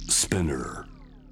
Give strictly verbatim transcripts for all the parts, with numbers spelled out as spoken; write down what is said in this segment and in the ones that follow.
Spinner。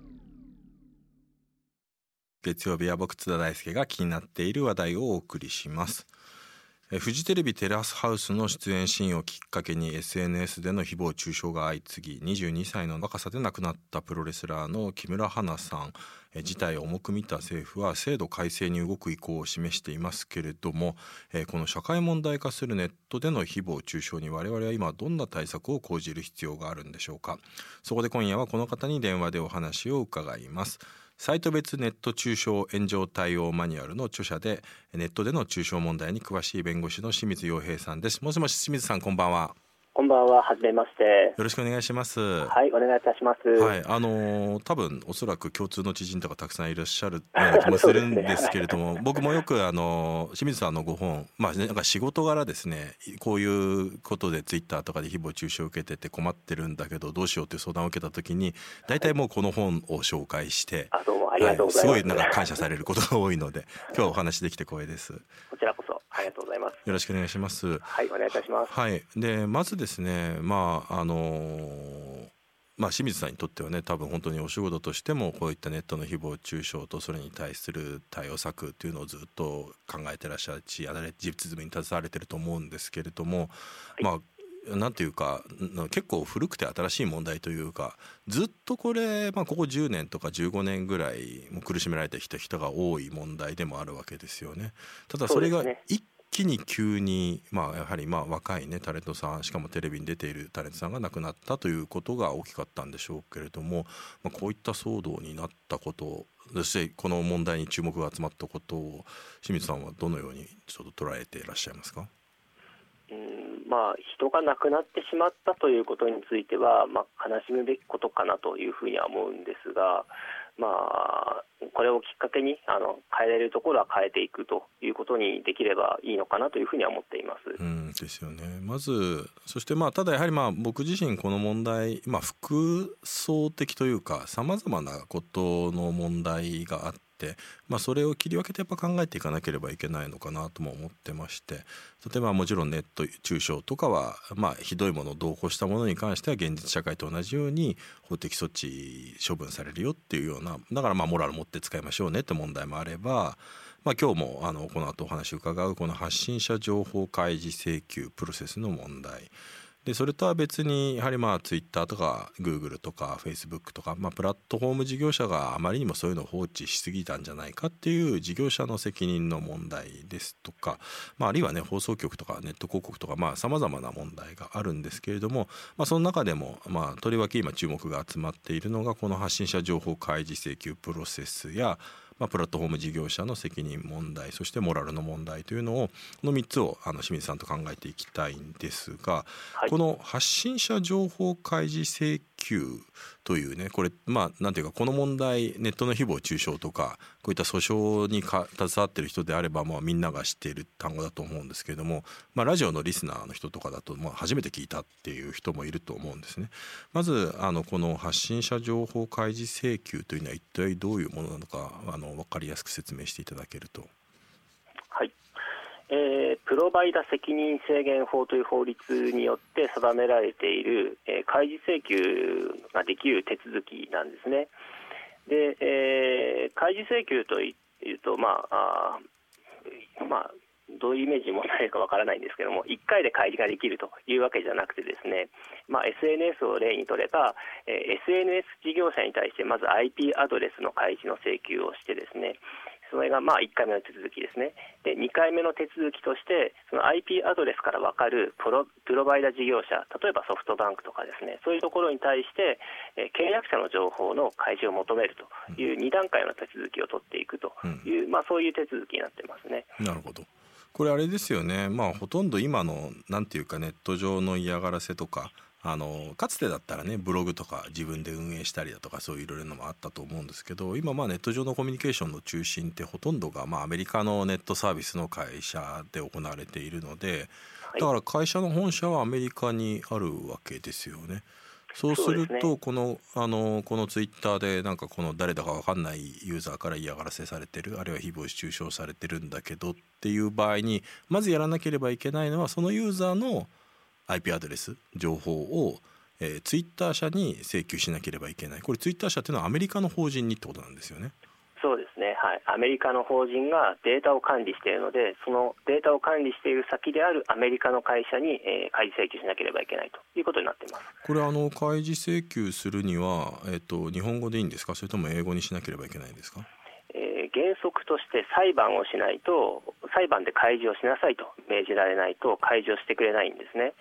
月曜日は僕津田大輔が気になっている話題をお送りします。えフジテレビテラスハウスの出演シーンをきっかけに エスエヌエス での誹謗中傷が相次ぎ、にじゅうにさいの若さで亡くなったプロレスラーの木村花さんえ事態を重く見た政府は制度改正に動く意向を示していますけれども、えこの社会問題化するネットでの誹謗中傷に我々は今どんな対策を講じる必要があるんでしょうか。そこで今夜はこの方に電話でお話を伺います。サイト別ネット中傷炎上対応マニュアルの著者で、ネットでの中傷問題に詳しい弁護士の清水洋平さんです。もしもし清水さん、こんばんは。 こんばんは、はじめまして。 よろしくお願いします。 はい、お願いいたします。 はい、あのー、多分おそらく共通の知人とかたくさんいらっしゃるような気もするんですけれども、ね、僕もよくあの清水さんのご本、まあ、なんか仕事柄ですね、こういうことでツイッターとかで誹謗中傷を受けてて困ってるんだけどどうしようという相談を受けた時に大体もうこの本を紹介して、 あ、どうもありがとうございます。 はい、すごいなんか感謝されることが多いので今日はお話できて光栄です。 こちらこそありがとうございます。 よろしくお願いします。 はい、お願いいたします。 はい、でまずですね、まああのーまあ、清水さんにとってはね、多分本当にお仕事としてもこういったネットの誹謗中傷とそれに対する対応策というのをずっと考えてらっしゃるし、実務に携われてると思うんですけれども、はい、まあなんていうか結構古くて新しい問題というか、ずっとこれ、まあ、ここじゅうねんとかじゅうごねんぐらいも苦しめられてきた人が多い問題でもあるわけですよね。ただそれが一気に急に、まあ、やはりまあ若い、ね、タレントさん、しかもテレビに出ているタレントさんが亡くなったということが大きかったんでしょうけれども、まあ、こういった騒動になったこと、そしてこの問題に注目が集まったことを清水さんはどのようにちょっと捉えていらっしゃいますか。 うんまあ、人が亡くなってしまったということについては、まあ、悲しむべきことかなというふうには思うんですが、まあ、これをきっかけにあの変えられるところは変えていくということにできればいいのかなというふうには思っています。 うんですよね。まずそしてまあただやはりまあ僕自身この問題、まあ、複層的というかさまざまなことの問題があって、まあ、それを切り分けてやっぱ考えていかなければいけないのかなとも思ってまして、例えばもちろんネット中傷とかは、まあ、ひどいものを同行したものに関しては現実社会と同じように法的措置処分されるよっていうような、だからまあモラル持って使いましょうねって問題もあれば、まあ、今日もあのこの後お話を伺うこの発信者情報開示請求プロセスの問題で、それとは別にやはりまあツイッターとかグーグルとかフェイスブックとか、まあ、プラットフォーム事業者があまりにもそういうのを放置しすぎたんじゃないかっていう事業者の責任の問題ですとか、まあ、あるいはね放送局とかネット広告とかさまざまな問題があるんですけれども、まあ、その中でも、まあ、とりわけ今注目が集まっているのがこの発信者情報開示請求プロセスやまあ、プラットフォーム事業者の責任問題、そしてモラルの問題というのをこのみっつをあの清水さんと考えていきたいんですが、はい、この発信者情報開示請求というね、これまあなんていうかこの問題、ネットの誹謗中傷とかこういった訴訟にか携わっている人であれば、まあみんなが知っている単語だと思うんですけれども、まあ、ラジオのリスナーの人とかだとまあ初めて聞いたっていう人もいると思うんですね。まずあのこの発信者情報開示請求というのは一体どういうものなのか、あの分かりやすく説明していただけると。 はい、えー、プロバイダ責任制限法という法律によって定められている、えー、開示請求ができる手続きなんですね。で、えー、開示請求というと、まああまあどういうイメージに持たれるかわからないんですけども、いっかいで開示ができるというわけじゃなくてですね、まあ、エスエヌエス を例にとれば、えー、エスエヌエス 事業者に対してまず アイピー アドレスの開示の請求をしてですね、それがまあいっかいめの手続きですね。でにかいめの手続きとしてその アイピー アドレスから分かるプロ、プロバイダ事業者、例えばソフトバンクとかですね、そういうところに対して、えー、契約者の情報の開示を求めるというに段階の手続きを取っていくという、うんまあ、そういう手続きになってますね。 なるほど。これあれですよね、まあ、ほとんど今のなんていうかネット上の嫌がらせとか、あのかつてだったらねブログとか自分で運営したりだとかそういういろいろなのもあったと思うんですけど、今まあネット上のコミュニケーションの中心ってほとんどがまあアメリカのネットサービスの会社で行われているので、だから会社の本社はアメリカにあるわけですよね。そうするとこのあのこのツイッターでなんかこの誰だか分かんないユーザーから嫌がらせされてる、あるいは誹謗中傷されてるんだけどっていう場合にまずやらなければいけないのはそのユーザーの アイピー アドレス情報をえー、ツイッター社に請求しなければいけない。これツイッター社っていうのはアメリカの法人にってことなんですよね。 そうですね、はい、アメリカの法人がデータを管理しているので、そのデータを管理している先であるアメリカの会社に、えー、開示請求しなければいけないということになっています。 これあの開示請求するには、えー、と日本語でいいんですか、それとも英語にしなければいけないんですか。 えー、原則として裁判をしないと、裁判で開示をしなさいと命じられないと開示をしてくれないんですね。 うん、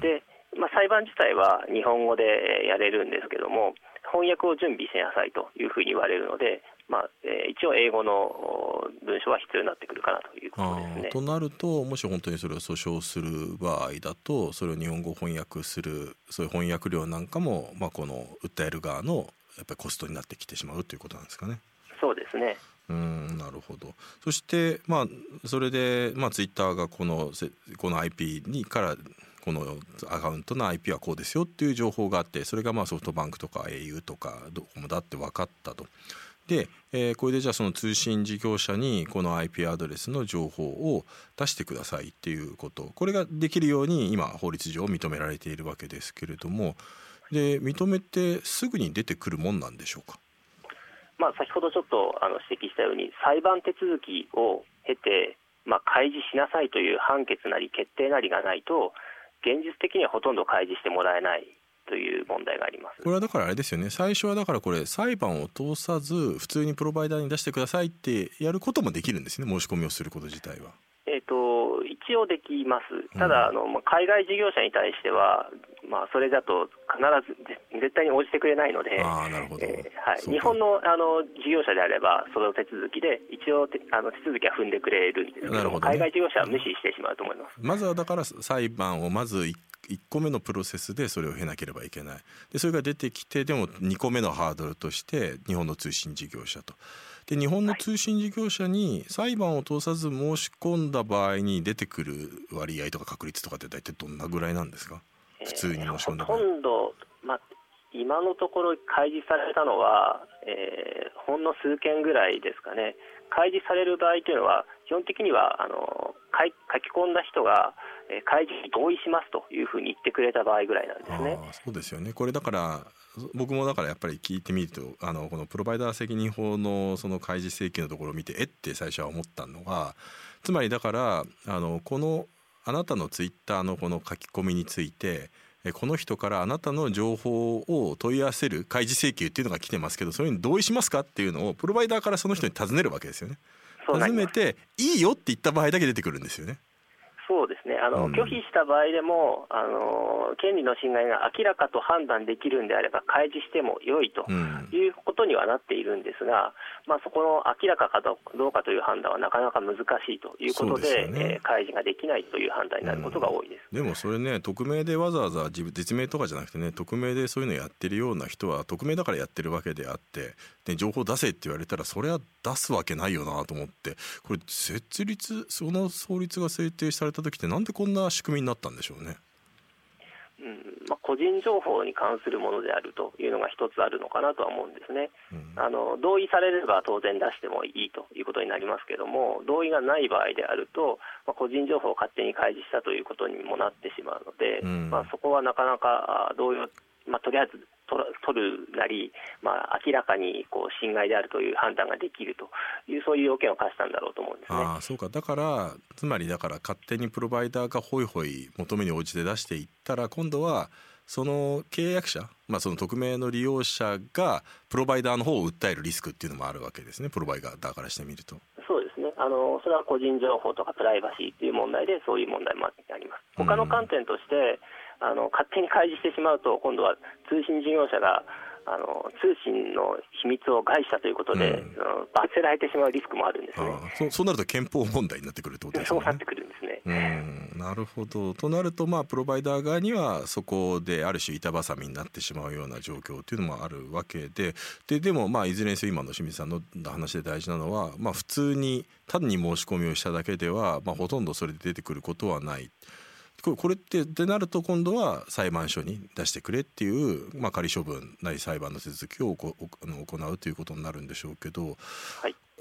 で、まあ、裁判自体は日本語でやれるんですけども、翻訳を準備しなさいというふうに言われるので、まあえー、一応英語の文章は必要になってくるかなということですね。 となると、もし本当にそれを訴訟する場合だと、それを日本語翻訳する、そういう翻訳料なんかも、まあ、この訴える側のやっぱりコストになってきてしまうということなんですかね。 そうですね。 うん、なるほど。そして、まあ、それで、まあ、ツイッターがこの、この アイピー にからこのアカウントの アイピー はこうですよっていう情報があって、それがまあソフトバンクとか エーユー とかドコモだって分かったと。で、えー、これでじゃあその通信事業者にこの アイピー アドレスの情報を出してくださいっていうこと、これができるように今法律上認められているわけですけれども、で認めてすぐに出てくるもんなんでしょうか。 まあ、先ほどちょっとあの指摘したように、裁判手続きを経て、まあ、開示しなさいという判決なり決定なりがないと、現実的にはほとんど開示してもらえないという問題があります。 これはだからあれですよね、最初はだからこれ裁判を通さず普通にプロバイダーに出してくださいってやることもできるんですね、申し込みをすること自体は。 えーと、一応できます。ただ、うん、あの海外事業者に対しては、まあ、それだと必ず絶対に応じてくれないので、 あー、なるほど、 えーはい、日本の、あの事業者であればその手続きで一応てあの手続きは踏んでくれるんですけども、ね、海外事業者は無視してしまうと思います。 まずはだから裁判をまずいっこめのプロセスでそれを経なければいけない。でそれが出てきて、でもにこめのハードルとして日本の通信事業者と、で日本の通信事業者に裁判を通さず申し込んだ場合に出てくる割合とか確率とかって大体どんなぐらいなんですか、普通に申し込んだ場合。 ほとんど、まあ、今のところ開示されたのは、えー、ほんの数件ぐらいですかね。開示される場合というのは基本的にはあの書き込んだ人が開示に同意しますというふうに言ってくれた場合ぐらいなんですね。 あ、そうですよね。これだから僕もだからやっぱり聞いてみると、あのこのプロバイダー責任法のその開示請求のところを見てえって最初は思ったのが、つまりだからあのこのあなたのツイッターのこの書き込みについてこの人からあなたの情報を問い合わせる開示請求っていうのが来てますけど、それに同意しますかっていうのをプロバイダーからその人に尋ねるわけですよね。尋ねていいよって言った場合だけ出てくるんですよね。 そうですね、あの、うん、拒否した場合でもあの権利の侵害が明らかと判断できるんであれば開示しても良いということにはなっているんですが、うん、まあ、そこの明らかかどうかという判断はなかなか難しいということで、で、ねえー、開示ができないという判断になることが多いです。 うん、でもそれね、匿名でわざわざ実名とかじゃなくてね、匿名でそういうのやってるような人は匿名だからやってるわけであって、で情報出せって言われたらそれは出すわけないよなと思って、これ設立その法律が制定された時ってなんでこんな仕組みになったんでしょうね。 うんまあ、個人情報に関するものであるというのが一つあるのかなとは思うんですね。うん、あの同意されれば当然出してもいいということになりますけども、同意がない場合であると、まあ、個人情報を勝手に開示したということにもなってしまうので、うん、まあ、そこはなかなか同意を、まあ、とりあえず取るなり、まあ、明らかにこう侵害であるという判断ができるという、そういう要件を課したんだろうと思うんですね。 ああ、そうか。だからつまりだから勝手にプロバイダーがホイホイ求めに応じて出していったら、今度はその契約者、まあ、その匿名の利用者がプロバイダーの方を訴えるリスクっていうのもあるわけですね、プロバイダーからしてみると。 そうですね、あのそれは個人情報とかプライバシーという問題でそういう問題もあります。他の観点として、うん、あの勝手に開示してしまうと、今度は通信事業者があの通信の秘密を害したということで、うん、罰せられてしまうリスクもあるんですね。 ああ、そ, そうなると憲法問題になってくるってことですね。 そうなってくるんですね。 うん、なるほど。となると、まあ、プロバイダー側にはそこである種板挟みになってしまうような状況というのもあるわけで、で, でもまあいずれにせよ今の清水さんの話で大事なのは、まあ、普通に単に申し込みをしただけでは、まあ、ほとんどそれで出てくることはない。これってでなると、今度は裁判所に出してくれっていう、まあ、仮処分なり裁判の手続きを行うということになるんでしょうけど、 はい、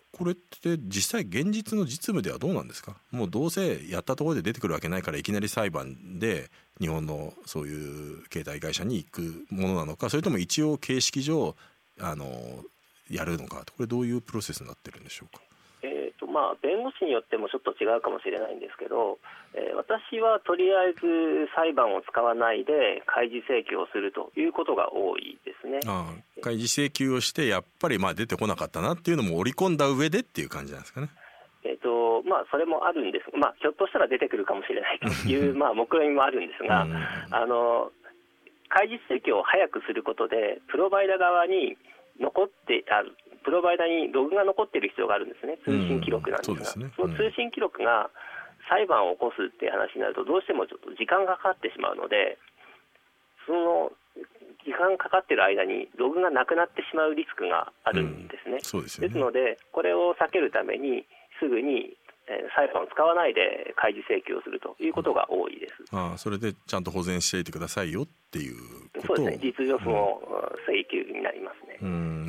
これって実際現実の実務ではどうなんですか？もうどうせやったところで出てくるわけないからいきなり裁判で日本のそういう携帯会社に行くものなのか、それとも一応形式上あのやるのか、これどういうプロセスになってるんでしょうか？ えーとまあ、弁護士によってもちょっと違うかもしれないんですけど、えー、私はとりあえず裁判を使わないで開示請求をするということが多いですね。 ああ、開示請求をしてやっぱりまあ出てこなかったなっていうのも織り込んだ上でっていう感じなんですかね。 えーとまあ、それもあるんです、まあ、ひょっとしたら出てくるかもしれないというまあ目論見もあるんですが、あの開示請求を早くすることでプロバイダ側に残ってあるプロバイダにログが残っている必要があるんですね。通信記録なんですが、うん そ, うですねうん、その通信記録が裁判を起こすっていう話になるとどうしてもちょっと時間がかかってしまうので、その時間かかっている間にログがなくなってしまうリスクがあるんですね。うん、そうですよね。ですのでこれを避けるためにすぐに裁判を使わないで開示請求をするということが多いです。 ああ、それでちゃんと保全していてくださいよっていうことを。 そうですね、実情その請求になりますね。 うん、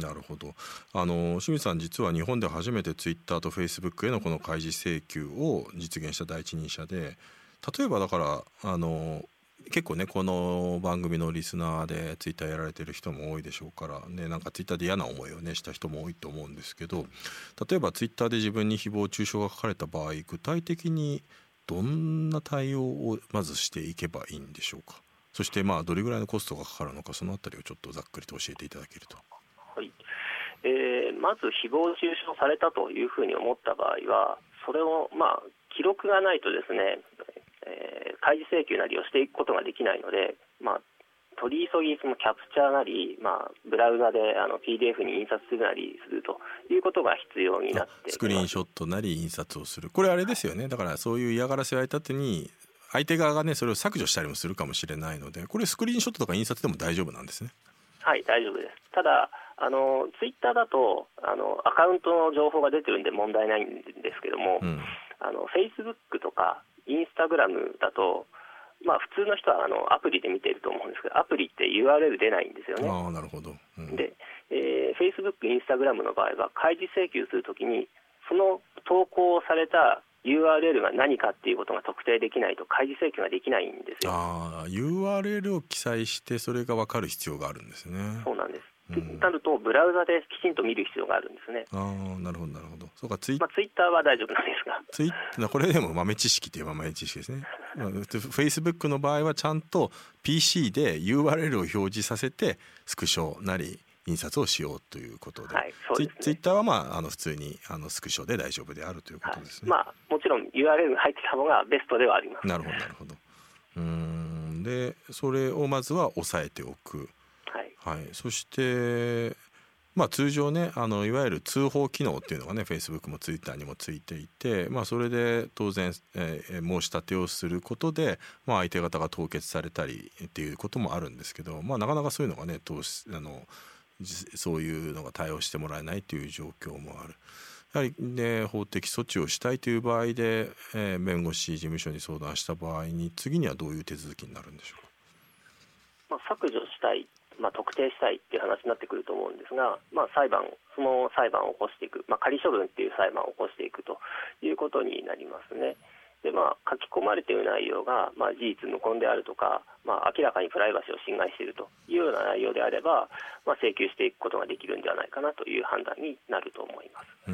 なるほど。あの清水さん、実は日本で初めてツイッターとフェイスブックへのこの開示請求を実現した第一人者で、例えばだからあの結構ねこの番組のリスナーでツイッターやられてる人も多いでしょうからね、なんかツイッターで嫌な思いをねした人も多いと思うんですけど、例えばツイッターで自分に誹謗中傷が書かれた場合、具体的にどんな対応をまずしていけばいいんでしょうか？そしてまあどれぐらいのコストがかかるのか、そのあたりをちょっとざっくりと教えていただけると。 はい、えー、まず誹謗中傷されたというふうに思った場合は、それをまあ記録がないとですね、えー、開示請求なりをしていくことができないので、まあ、取り急ぎそのキャプチャーなり、まあ、ブラウザであの ピーディーエフ に印刷するなりするということが必要になっています。 スクリーンショットなり印刷をする、これあれですよね。だからそういう嫌がらせを相手に相手側がねそれを削除したりもするかもしれないので、これスクリーンショットとか印刷でも大丈夫なんですね。 はい、大丈夫です。ただあのツイッターだとあのアカウントの情報が出てるんで問題ないんですけども、うん、あの フェイスブック とかインスタグラムだと、まあ、普通の人はあのアプリで見ていると思うんですけど、アプリって ユーアールエル 出ないんですよね。 あ、なるほど。うん、 で、えー、Facebook、Instagram の場合は開示請求するときにその投稿された ユーアールエル が何かっていうことが特定できないと開示請求ができないんですよ。 あ、ユーアールエル を記載してそれが分かる必要があるんですね。 そうなんです。うん、なるとブラウザできちんと見る必要があるんですね。 あ、なるほどなるほど。そうか、ツイ、 まあ、ツイッターは大丈夫なんですが、 ツイこれでも豆知識といえば豆知識ですね。フェイスブックの場合はちゃんと ピーシー で ユーアールエル を表示させてスクショなり印刷をしようということで、はい、そうですね、ツイッターはまああの普通にあのスクショで大丈夫であるということですね。 はい、まあ、もちろん ユーアールエル が入ってた方がベストではあります。 なるほどなるほど。うーんでそれをまずは押さえておく。はい、はい、そしてまあ、通常ねあのいわゆる通報機能っていうのがね Facebook も Twitter にもついていて、まあ、それで当然、えー、申し立てをすることで、まあ、相手方が凍結されたりっていうこともあるんですけど、まあ、なかなかそういうのがね通しあのそういうのが対応してもらえないという状況もある。やはり、ね、法的措置をしたいという場合で、えー、弁護士事務所に相談した場合に次にはどういう手続きになるんでしょうか？ まあ、削除したい、まあ、特定したいっていう話になってくると思うんですが、まあ、裁判その裁判を起こしていく、まあ、仮処分っていう裁判を起こしていくということになりますね。で、まあ、書き込まれている内容が、まあ、事実無根であるとか、まあ、明らかにプライバシーを侵害しているというような内容であれば、まあ、請求していくことができるんではないかなという判断になると思います。 うん、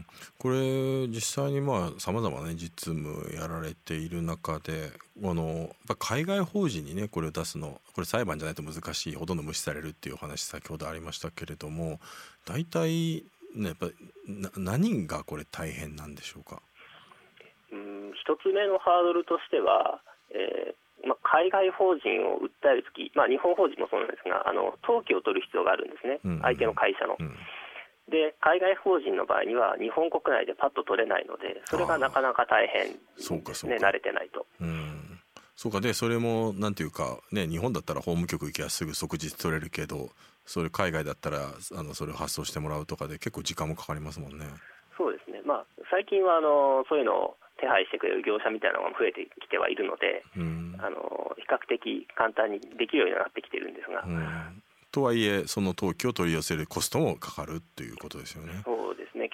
これ実際にまあさまざまな実務やられている中で、あのやっぱ海外法人にねこれを出すの、これ裁判じゃないと難しい、ほとんど無視されるっていうお話先ほどありましたけれども、大体、ね、やっぱな何がこれ大変なんでしょうか？ うん、一つ目のハードルとしては、えーまあ、海外法人を訴えるとき、まあ、日本法人もそうなんですが、あの登記を取る必要があるんですね、うんうん、相手の会社の、うん、で海外法人の場合には日本国内でパッと取れないので、それがなかなか大変ですね、慣れてないと。うん、 そうか。でそれもなんていうか、ね、日本だったら法務局行けばすぐ即日取れるけど、それ海外だったらあのそれを発送してもらうとかで結構時間もかかりますもんね。 そうですね、まあ、最近はあのそういうのを手配してくれる業者みたいなのが増えてきてはいるので、うん、あの比較的簡単にできるようになってきてるんですが、うん、 とはいえその登記を取り寄せるコストもかかるということですよね。 そうですね、結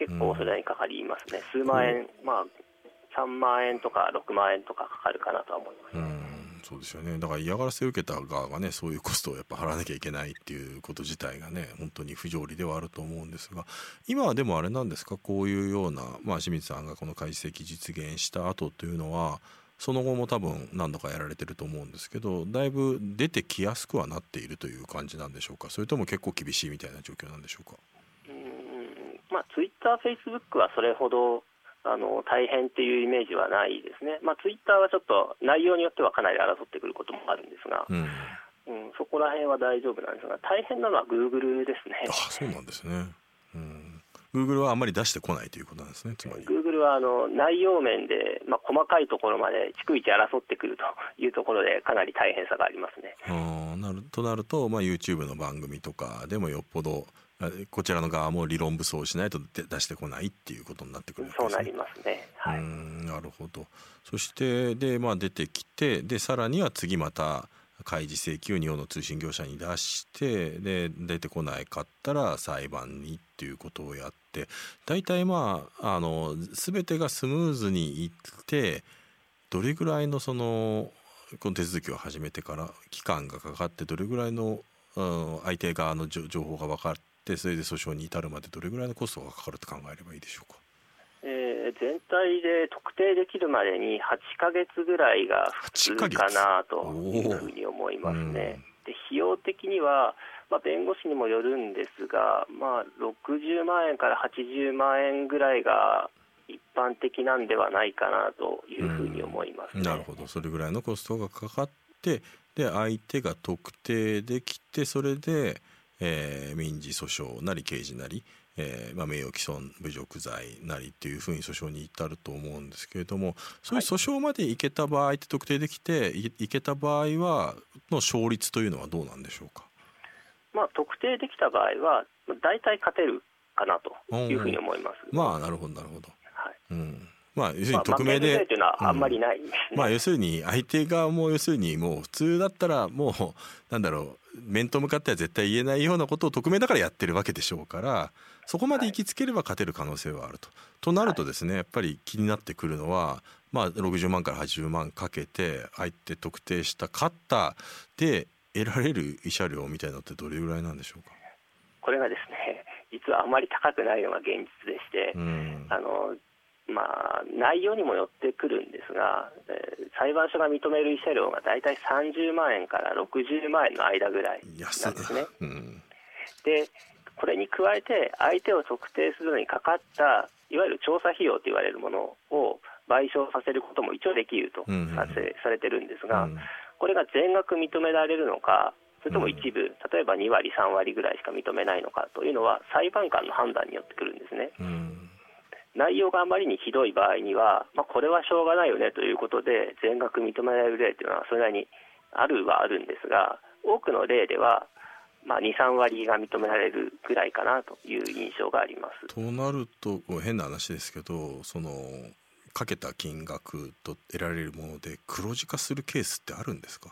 結構それにかかりますね、数万円、まあ、さんまんえんとかろくまんえんとかかかるかなとは思います。 うんそうですよね。だから嫌がらせを受けた側がねそういうコストをやっぱ払わなきゃいけないっていうこと自体がね本当に不条理ではあると思うんですが、今はでもあれなんですか、こういうような、まあ、清水さんがこの開示請求実現した後というのはその後も多分何度かやられてると思うんですけど、だいぶ出てきやすくはなっているという感じなんでしょうか、それとも結構厳しいみたいな状況なんでしょうか。 うーん、まあ、ツイッター、フェイスブックはそれほどあの大変っていうイメージはないですね。まあ、ツイッターはちょっと内容によってはかなり争ってくることもあるんですが、 うんうん、そこら辺は大丈夫なんですが、大変なのは Google ですね。 あそうなんですね、うん、Google はあんまり出してこないということなんですね。つまり Google はあの内容面で、まあ、細かいところまで逐一争ってくるというところでかなり大変さがありますね。 あなるとなると、まあ、YouTube の番組とかでもよっぽどこちらの側も理論武装しないと出してこないっていうことになってくるわけですね。 そうなりますね、はい、 うんなるほど。そしてで、まあ、出てきてでさらには次また開示請求を日本の通信業者に出してで出てこないかったら裁判にっていうことをやって、大体まああの全てがスムーズにいってどれぐらいのそのこの手続きを始めてから期間がかかってどれぐらいの、うん、相手側の情報が分かってそれで訴訟に至るまでどれぐらいのコストがかかると考えればいいでしょうか。 えー、全体で特定できるまでにはちかげつぐらいが普通かなというふうに思いますね。で費用的には、まあ、弁護士にもよるんですが、まあ、ろくじゅうまんえんからはちじゅうまんえんぐらいが一般的なんではないかなというふうに思いますね。 なるほど、それぐらいのコストがかかってで相手が特定できてそれで、えー、民事訴訟なり刑事なり、えーまあ、名誉毀損侮辱罪なりっていうふうに訴訟に至ると思うんですけれども、そういう訴訟までいけた場合って特定できて い, いけた場合はの勝率というのはどうなんでしょうか。 まあ、特定できた場合は大体勝てるかなというふうに思います。 まあなるほどなるほど、 はいうんまあ、要するに匿名で、 まあ、というのはあんまりないですね、 うんまあ、要するに相手側も要するにもう普通だったらもうなんだろう面と向かっては絶対言えないようなことを匿名だからやってるわけでしょうからそこまで行きつければ勝てる可能性はあると、はい、となるとですねやっぱり気になってくるのは、まあ、ろくじゅうまんからはちじゅうまんかけて相手特定した勝ったで得られる慰謝料みたいなのってどれぐらいなんでしょうか。 これがですね実はあまり高くないのが現実でして、うん、あのまあ、内容にもよってくるんですが、えー、裁判所が認める慰謝料がだいたいさんじゅうまんえんからろくじゅうまんえんの間ぐらいなんですね、うん、でこれに加えて相手を特定するのにかかったいわゆる調査費用と言われるものを賠償させることも一応できるとさせ、されてるんですが、うん、これが全額認められるのかそれとも一部、例えばにわりさんわりぐらいしか認めないのかというのは裁判官の判断によってくるんですね、うん内容があまりにひどい場合には、まあ、これはしょうがないよねということで全額認められる例というのはそれなりにあるはあるんですが多くの例では、まあ、にさんわりが認められるぐらいかなという印象があります。 となると変な話ですけどそのかけた金額と得られるもので黒字化するケースってあるんですか。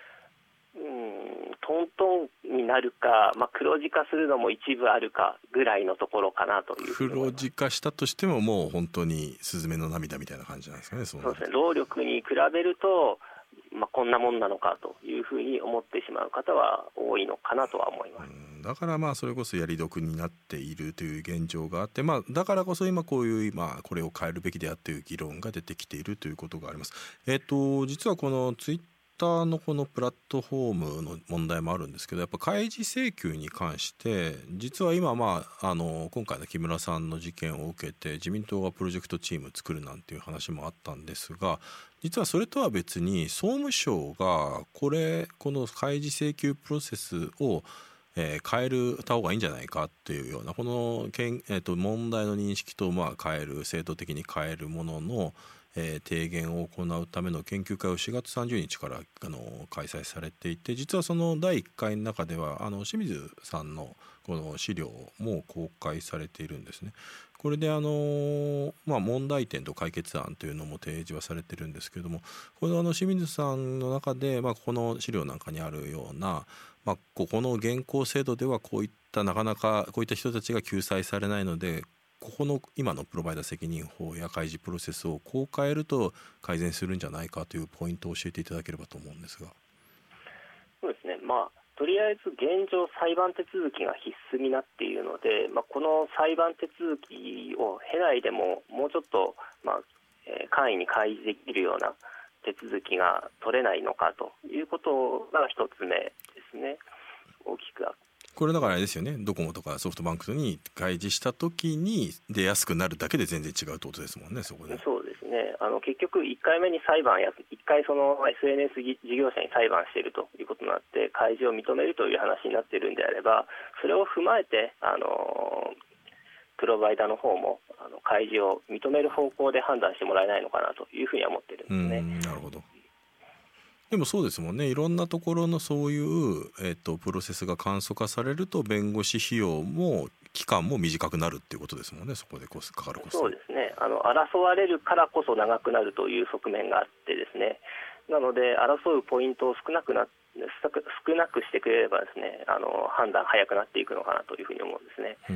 トントンになるか、まあ、黒字化するのも一部あるかぐらいのところかなというふうに思います。 黒字化したとしてももう本当にスズメの涙みたいな感じなんですかね。そうそうですね、労力に比べると、まあ、こんなもんなのかというふうに思ってしまう方は多いのかなとは思います。 うんだからまあそれこそやり得になっているという現状があって、まあ、だからこそ今こういう今これを変えるべきであっていう議論が出てきているということがあります。えっと実はこのツイッターのこのプラットフォームの問題もあるんですけどやっぱ開示請求に関して実は今、まあ、あの今回の木村さんの事件を受けて自民党がプロジェクトチーム作るなんていう話もあったんですが実はそれとは別に総務省がこれこの開示請求プロセスをえー、変えるた方がいいんじゃないかっていうようなこのけん、えー、と問題の認識とまあ変える制度的に変えるもののえー、提言を行うための研究会をしがつさんじゅうにちからあの開催されていて実はそのだいいっかいの中ではあの清水さんのこの資料も公開されているんですね。これであの、まあ、問題点と解決案というのも提示はされているんですけれどもこのあの清水さんの中で、まあ、この資料なんかにあるような、まあ、ここの現行制度ではこういったなかなかこういった人たちが救済されないのでここの今のプロバイダ責任法や開示プロセスをこう変えると改善するんじゃないかというポイントを教えていただければと思うんですが。 そうですね、まあ、とりあえず現状裁判手続きが必須になっているので、まあ、この裁判手続きを経ないでももうちょっと、まあえー、簡易に開示できるような手続きが取れないのかということが一つ目ですね。大きくこれだからあれですよね、ドコモとかソフトバンクに開示した時に出やすくなるだけで全然違うってことですもんね。そこでそうですね、あの結局いっかいめに裁判やいっかいその エスエヌエス 事業者に裁判しているということになって開示を認めるという話になっているんであれば、それを踏まえてあのプロバイダーの方もあの開示を認める方向で判断してもらえないのかなというふうには思っているんですね。 うん、なるほど。でもそうですもんね、いろんなところのそういう、えー、とプロセスが簡素化されると弁護士費用も期間も短くなるっていうことですもんね。そこでコスかかるコスト。 そうですね、あの争われるからこそ長くなるという側面があってですね、なので争うポイントを少なくな少なくしてくれればですね、あの判断早くなっていくのかなというふうに思うんですね。 うん、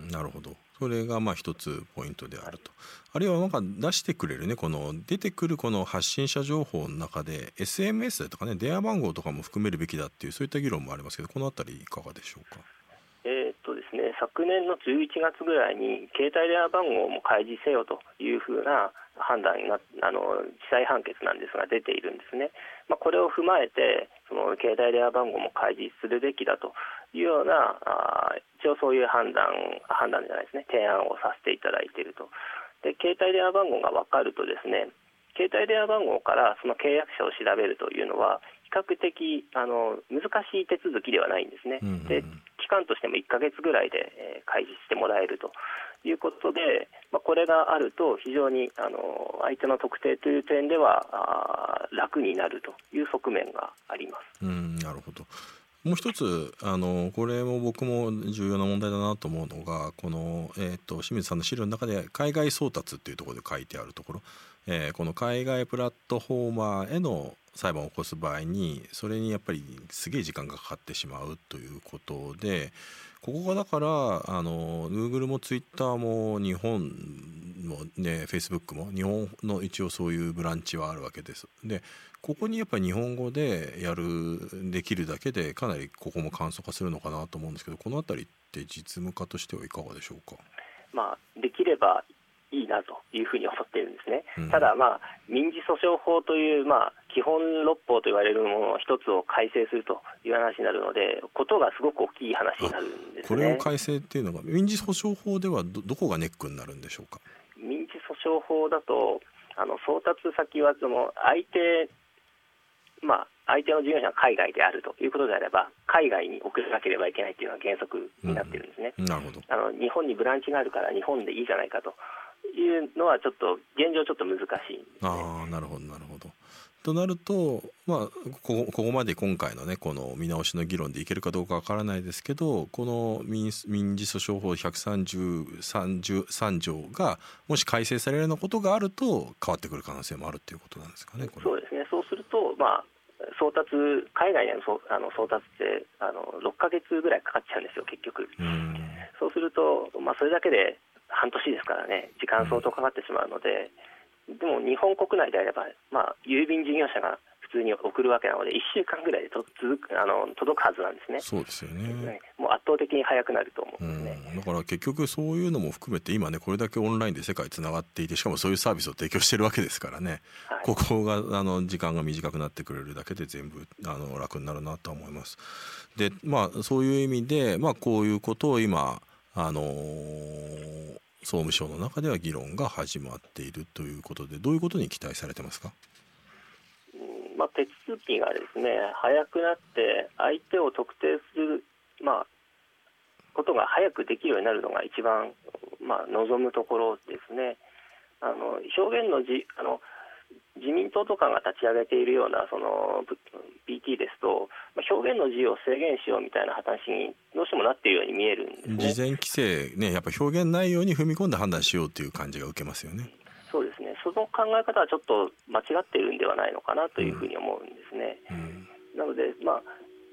なるほど。それがまあ一つポイントであると。あるいはなんか出してくれるね、この出てくるこの発信者情報の中で エスエムエス とかね、電話番号とかも含めるべきだっていうそういった議論もありますけど、このあたりいかがでしょうか。 えーっとですね、昨年のじゅういちがつぐらいに携帯電話番号も開示せよというふうな判断になあの地裁判決なんですが出ているんですね。まあ、これを踏まえてその携帯電話番号も開示するべきだというようなあ一応そういう判断判断じゃないですね、提案をさせていただいていると。で携帯電話番号が分かるとですね、携帯電話番号からその契約者を調べるというのは比較的あの難しい手続きではないんですね。うんうんうん、で期間としてもいっかげつぐらいで、えー、開示してもらえるということで、まあ、これがあると非常にあの相手の特定という点ではあ楽になるという側面があります。 うん、なるほど。もう一つあのこれも僕も重要な問題だなと思うのが、この、えー、と清水さんの資料の中で海外送達っていうところで書いてあるところ、えー、この海外プラットフォーマーへの裁判を起こす場合にそれにやっぱりすげえ時間がかかってしまうということで、ここがだからあの Google も Twitter も日本もね Facebook も日本の一応そういうブランチはあるわけです。でここにやっぱり日本語でやるできるだけでかなりここも簡素化するのかなと思うんですけど、このあたりって実務家としてはいかがでしょうか。 まあ、できればいいなというふうに思っているんですね。 うん、 ただ、まあ、民事訴訟法という、まあ、基本六法と言われるものの一つを改正するという話になるので、ことがすごく大きい話になるんですね。 これを改正っていうのが民事訴訟法では ど, どこがネックになるんでしょうか。 民事訴訟法だとあの送達先はその相手まあ、相手の事業者が海外であるということであれば海外に送らなければいけないというのが原則になっているんですね。 うん、なるほど。 あの日本にブランチがあるから日本でいいじゃないかというのはちょっと現状ちょっと難しいんですね。 ああ、なるほどなるほど。となると、まあ、こ, ここまで今回のねこの見直しの議論でいけるかどうかわからないですけど、この 民, 民事訴訟法ひゃくさんじゅうさん条がもし改正されるようなことがあると変わってくる可能性もあるということなんですかね。これそうですね。そうすると、まあ、送達海外への 送, あの送達ってあのろっかげつぐらいかかっちゃうんですよ結局。うん、そうすると、まあ、それだけで半年ですからね、時間相当かかってしまうので、うん、でも日本国内であれば、まあ、郵便事業者が普通に送るわけなのでいっしゅうかんぐらいでと続くあの届くはずなんですね。 そうですよね。 もう圧倒的に早くなると思うんですね。 うん、だから結局そういうのも含めて今ねこれだけオンラインで世界つながっていて、しかもそういうサービスを提供してるわけですからね、はい、ここがあの時間が短くなってくれるだけで全部あの楽になるなと思います。でまあそういう意味で、まあ、こういうことを今あのー、総務省の中では議論が始まっているということで、どういうことに期待されてますか。 まあ、手続きがですね早くなって相手を特定する、まあ、ことが早くできるようになるのが一番、まあ、望むところですね。あの表現のじあの自民党とかが立ち上げているようなその ピーティー ですと、まあ、表現の自由を制限しようみたいな話にどうしてもなっているように見えるんですね。 事前規制ね、やっぱ表現内容に踏み込んで判断しようという感じが受けますよね。 そうですね。その考え方はちょっと間違っているんではないのかなというふうに思うんですね。うんうん、なので、まあ、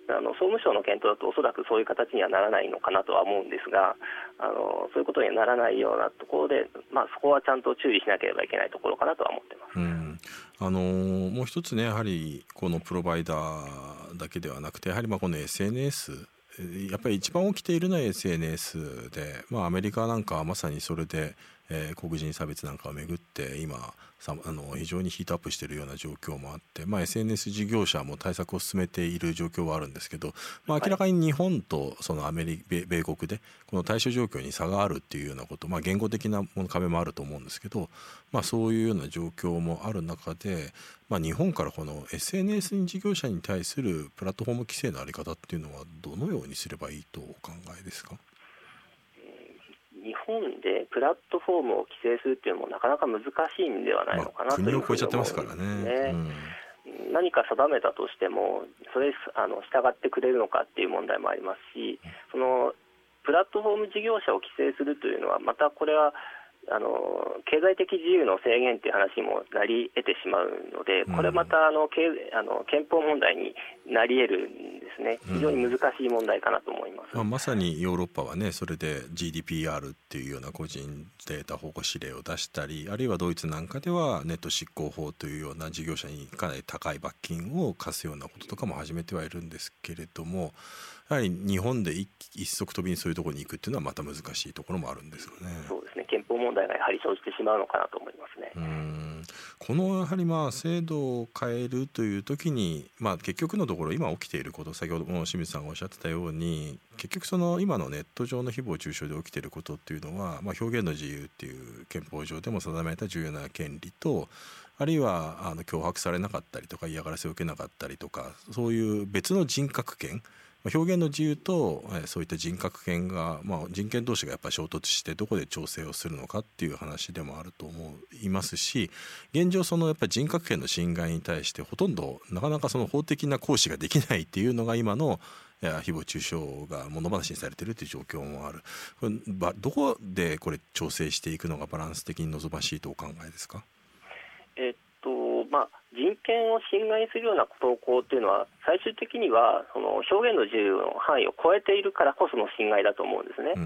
あの総務省の検討だとおそらくそういう形にはならないのかなとは思うんですが、あのそういうことにはならないようなところで、まあ、そこはちゃんと注意しなければいけないところかなとは思ってます。 うん、あのもう一つね、やはりこのプロバイダーだけではなくて、やはりまあこの エスエヌエス、やっぱり一番起きているのは エスエヌエス で、まあ、アメリカなんかはまさにそれで、えー、黒人差別なんかをめぐって今さあの非常にヒートアップしているような状況もあって、まあ、エスエヌエス 事業者も対策を進めている状況はあるんですけど、まあ、明らかに日本とそのアメリカ、米国でこの対処状況に差があるっていうようなこと、まあ、言語的な壁もあると思うんですけど、まあ、そういうような状況もある中で、まあ、日本からこの エスエヌエス 事業者に対するプラットフォーム規制の在り方っていうのはどのようにすればいいとお考えですか？ 日本でプラットフォームを規制するっていうのもなかなか難しいんではないのかなというふうに思うんですね。 国を超えちゃってますからね。 うん、何か定めたとしてもそれあの従ってくれるのかっていう問題もありますし、そのプラットフォーム事業者を規制するというのはまたこれはあの経済的自由の制限という話にもなり得てしまうので、これまたあの、経あの憲法問題になり得るんですね。非常に難しい問題かなと思います。 うんまあ、まさにヨーロッパはね、それで ジーディーピーアール っていうような個人データ保護指令を出したり、あるいはドイツなんかではネット執行法というような事業者にかなり高い罰金を課すようなこととかも始めてはいるんですけれども、やはり日本で 一, 一足飛びにそういうところに行くっていうのはまた難しいところもあるんですかね。 そうですね、憲法問題がやはり生じてしまうのかなと思いますね。 うーんこのやはりまあ制度を変えるという時に、まあ、結局のところ今起きていること、先ほども清水さんがおっしゃってたように、結局その今のネット上の誹謗中傷で起きていることっていうのは、まあ、表現の自由っていう憲法上でも定められた重要な権利と、あるいはあの脅迫されなかったりとか嫌がらせを受けなかったりとか、そういう別の人格権、表現の自由とそういった人格権が、まあ、人権同士がやっぱり衝突してどこで調整をするのかっていう話でもあると思いますし、現状そのやっぱり人格権の侵害に対してほとんどなかなかその法的な行使ができないっていうのが今の誹謗中傷が物話にされているという状況もある。これどこでこれ調整していくのがバランス的に望ましいとお考えですか？ えっとまあ人権を侵害するような投稿というのは最終的にはその表現の自由の範囲を超えているからこその侵害だと思うんですね。うん、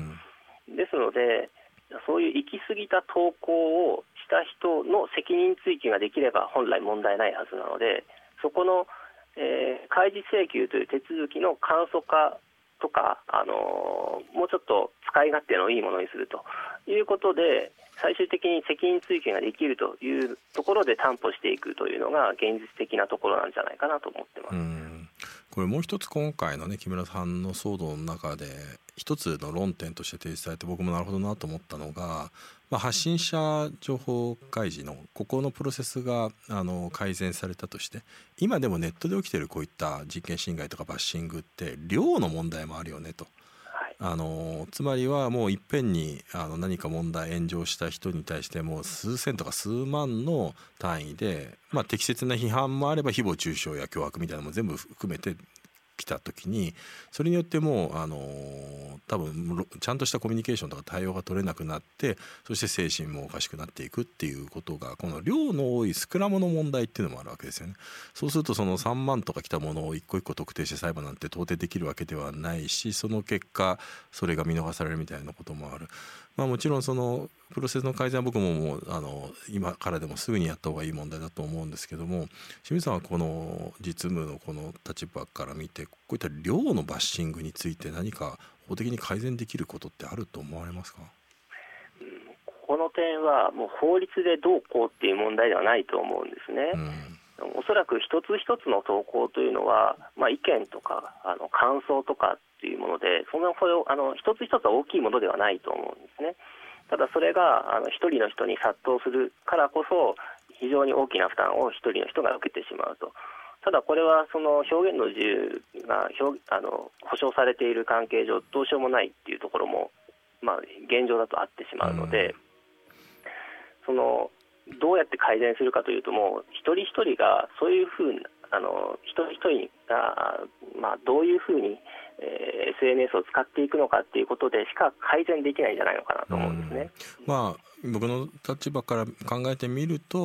ですのでそういう行き過ぎた投稿をした人の責任追及ができれば本来問題ないはずなので、そこの、えー、開示請求という手続きの簡素化とか、あのー、もうちょっと使い勝手のいいものにするということで最終的に責任追及ができるというところで担保していくというのが現実的なところなんじゃないかなと思ってます。 うんこれもう一つ今回のね木村さんの騒動の中で一つの論点として提示されて僕もなるほどなと思ったのが、まあ、発信者情報開示のここのプロセスがあの改善されたとして、今でもネットで起きているこういった人権侵害とかバッシングって量の問題もあるよねと。あのつまりはもういっぺんにあの何か問題炎上した人に対してもう数千とか数万の単位で、まあ、適切な批判もあれば誹謗中傷や脅迫みたいなのも全部含めてきた時に、それによってもうあの多分ちゃんとしたコミュニケーションとか対応が取れなくなって、そして精神もおかしくなっていくっていうことがこの量の多いスクラムの問題っていうのもあるわけですよね。そうするとそのさんまんとか来たものを一個一個特定して裁判なんて到底できるわけではないし、その結果それが見逃されるみたいなこともある。まあ、もちろんそのプロセスの改善は僕ももうあの今からでもすぐにやった方がいい問題だと思うんですけども、清水さんはこの実務のこの立場から見てこういった量のバッシングについて何か法的に改善できることってあると思われますか？ うん、この点はもう法律でどうこうっていう問題ではないと思うんですね。うん、おそらく一つ一つの投稿というのは、まあ、意見とかあの感想とかというもので、そんなあの一つ一つは大きいものではないと思うんですね。ただそれがあの一人の人に殺到するからこそ非常に大きな負担を一人の人が受けてしまうと。ただこれはその表現の自由が表あの保障されている関係上どうしようもないっていうところも、まあ、現状だとあってしまうので、うん、そのどうやって改善するかというと、もう一人一人がそういうふうなあの一人一人が、まあ、どういうふうに、えー、エスエヌエス を使っていくのかっていうことでしか改善できないんじゃないのかなと思うんですね。 うん、まあ僕の立場から考えてみると、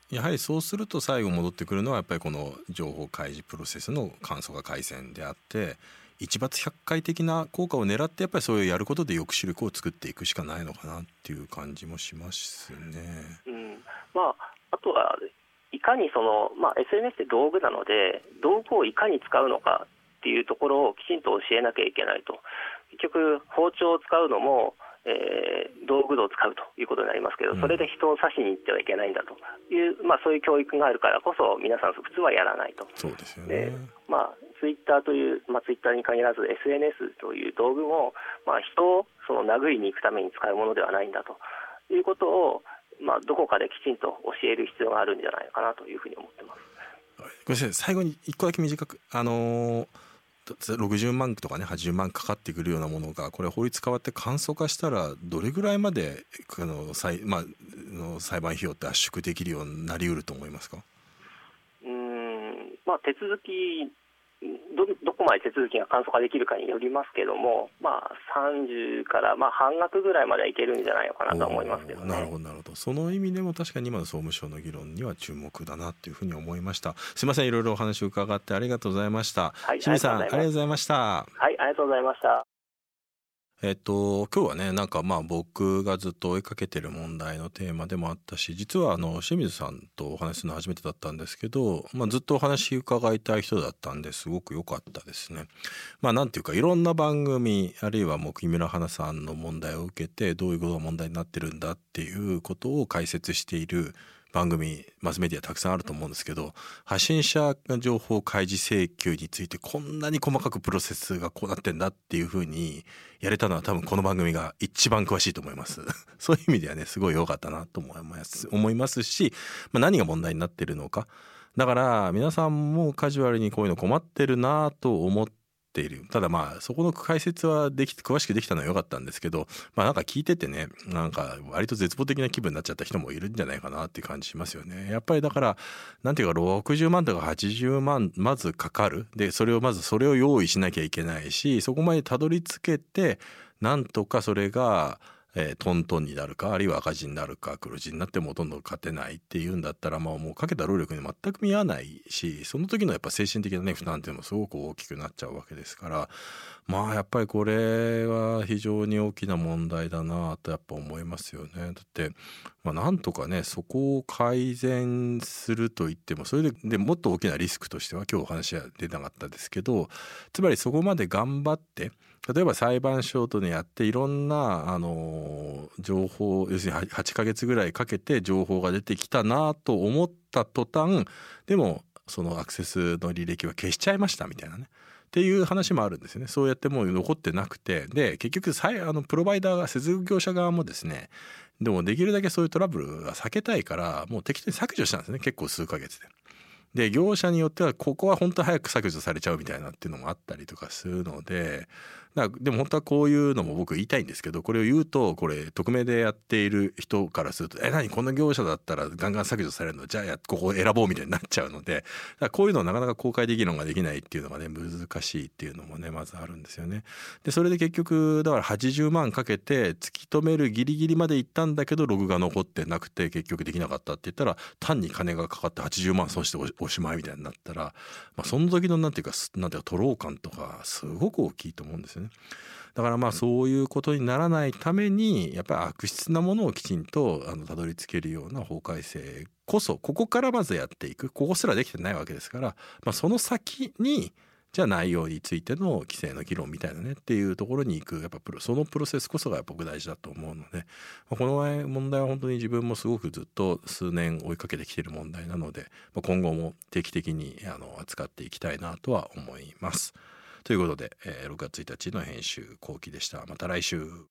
やはりそうすると最後戻ってくるのはやっぱりこの情報開示プロセスの簡素化改善であって、一罰百回的な効果を狙ってやっぱりそういうやることで抑止力を作っていくしかないのかなっていう感じもしますね。 うん、まあ、あとはいかにその、まあ、エスエヌエス って道具なので道具をいかに使うのかっていうところをきちんと教えなきゃいけないと。結局包丁を使うのも、えー、道具を使うということになりますけど、それで人を刺しに行ってはいけないんだという、まあ、そういう教育があるからこそ皆さん普通はやらないと。 そうですよね。 で、まあ、ツイッターという、まあ、ツイッターに限らず エスエヌエス という道具も、まあ、人をその殴りに行くために使うものではないんだということを、まあ、どこかできちんと教える必要があるんじゃないかなというふうに思ってます。 ごめんなさい、最後にいっこだけ短く、あのーろくじゅうまんとかねはちじゅうまんかかってくるようなものがこれ法律変わって簡素化したらどれぐらいまであの裁、まあ、の裁判費用って圧縮できるようになりうると思いますか？ うーん、まあ、手続き ど, どこまで手続きが簡素化できるかによりますけども、まあ、さんじゅうからまあ半額ぐらいまではいけるんじゃないのかなと思いますけどね。 なるほどなるほど。その意味でも確かに今の総務省の議論には注目だなというふうに思いました。すいません、いろいろお話を伺ってありがとうございました。 はい、 清水さんありがとうございました。 はい、ありがとうございました。 えっと、今日はねなんかまあ僕がずっと追いかけてる問題のテーマでもあったし、実はあの清水さんとお話しするの初めてだったんですけど、まあ、ずっとお話伺いたい人だったんですごく良かったですね。まあなんていうかいろんな番組あるいはもう木村花さんの問題を受けてどういうことが問題になってるんだっていうことを解説している番組マスメディアたくさんあると思うんですけど、発信者情報開示請求についてこんなに細かくプロセスがこうなってんだっていうふうにやれたのは多分この番組が一番詳しいと思いますそういう意味ではねすごい良かったなと思います思いますし、まあ、何が問題になってるのか、だから皆さんもカジュアルにこういうの困ってるなと思ってている。ただまあそこの解説はでき詳しくできたのは良かったんですけど、まあなんか聞いててねなんか割と絶望的な気分になっちゃった人もいるんじゃないかなっていう感じしますよね。やっぱりだからなんていうかろくじゅうまんとかはちじゅうまんまずかかる。でそれをまずそれを用意しなきゃいけないし、そこまでたどり着けてなんとかそれがえー、トントンになるかあるいは赤字になるか黒字になってもほとんど勝てないっていうんだったら、まあ、もうかけた労力に全く見合わないし、その時のやっぱ精神的な、ね、負担っていうのもすごく大きくなっちゃうわけですから、まあやっぱりこれは非常に大きな問題だなとやっぱ思いますよね。だって、まあ、なんとかねそこを改善するといってもそれで、でもっと大きなリスクとしては今日お話は出なかったですけど、つまりそこまで頑張って例えば裁判所とねやっていろんなあの情報、要するにはちかげつぐらいかけて情報が出てきたなと思った途端でもそのアクセスの履歴は消しちゃいましたみたいなねっていう話もあるんですよね。そうやってもう残ってなくて、で結局さいあのプロバイダーが接続業者側もですね、でもできるだけそういうトラブルは避けたいからもう適当に削除したんですね、結構数ヶ月で。で業者によってはここは本当は早く削除されちゃうみたいなっていうのもあったりとかするので、だからでも本当はこういうのも僕言いたいんですけど、これを言うとこれ匿名でやっている人からするとえ何こんな業者だったらガンガン削除されるのじゃあやここを選ぼうみたいになっちゃうので、だからこういうのをなかなか公開できるのができないっていうのがね難しいっていうのもねまずあるんですよね。でそれで結局だからはちじゅうまんかけて突き止めるギリギリまで行ったんだけどログが残ってなくて結局できなかったって言ったら単に金がかかってはちじゅうまん損して お, おしまいみたいになったら、まあ、その時のなんていうかなんていうか徒労感とかすごく大きいと思うんですよね。だからまあそういうことにならないためにやっぱり悪質なものをきちんとあのたどり着けるような法改正こそここからまずやっていく、ここすらできてないわけですから、まあ、その先にじゃあ内容についての規制の議論みたいなねっていうところに行くやっぱプロそのプロセスこそが僕大事だと思うので、まあ、この問題は本当に自分もすごくずっと数年追いかけてきている問題なので、まあ、今後も定期的にあの扱っていきたいなとは思います。ということで、えー、ろくがつついたちの編集後期でした。また来週。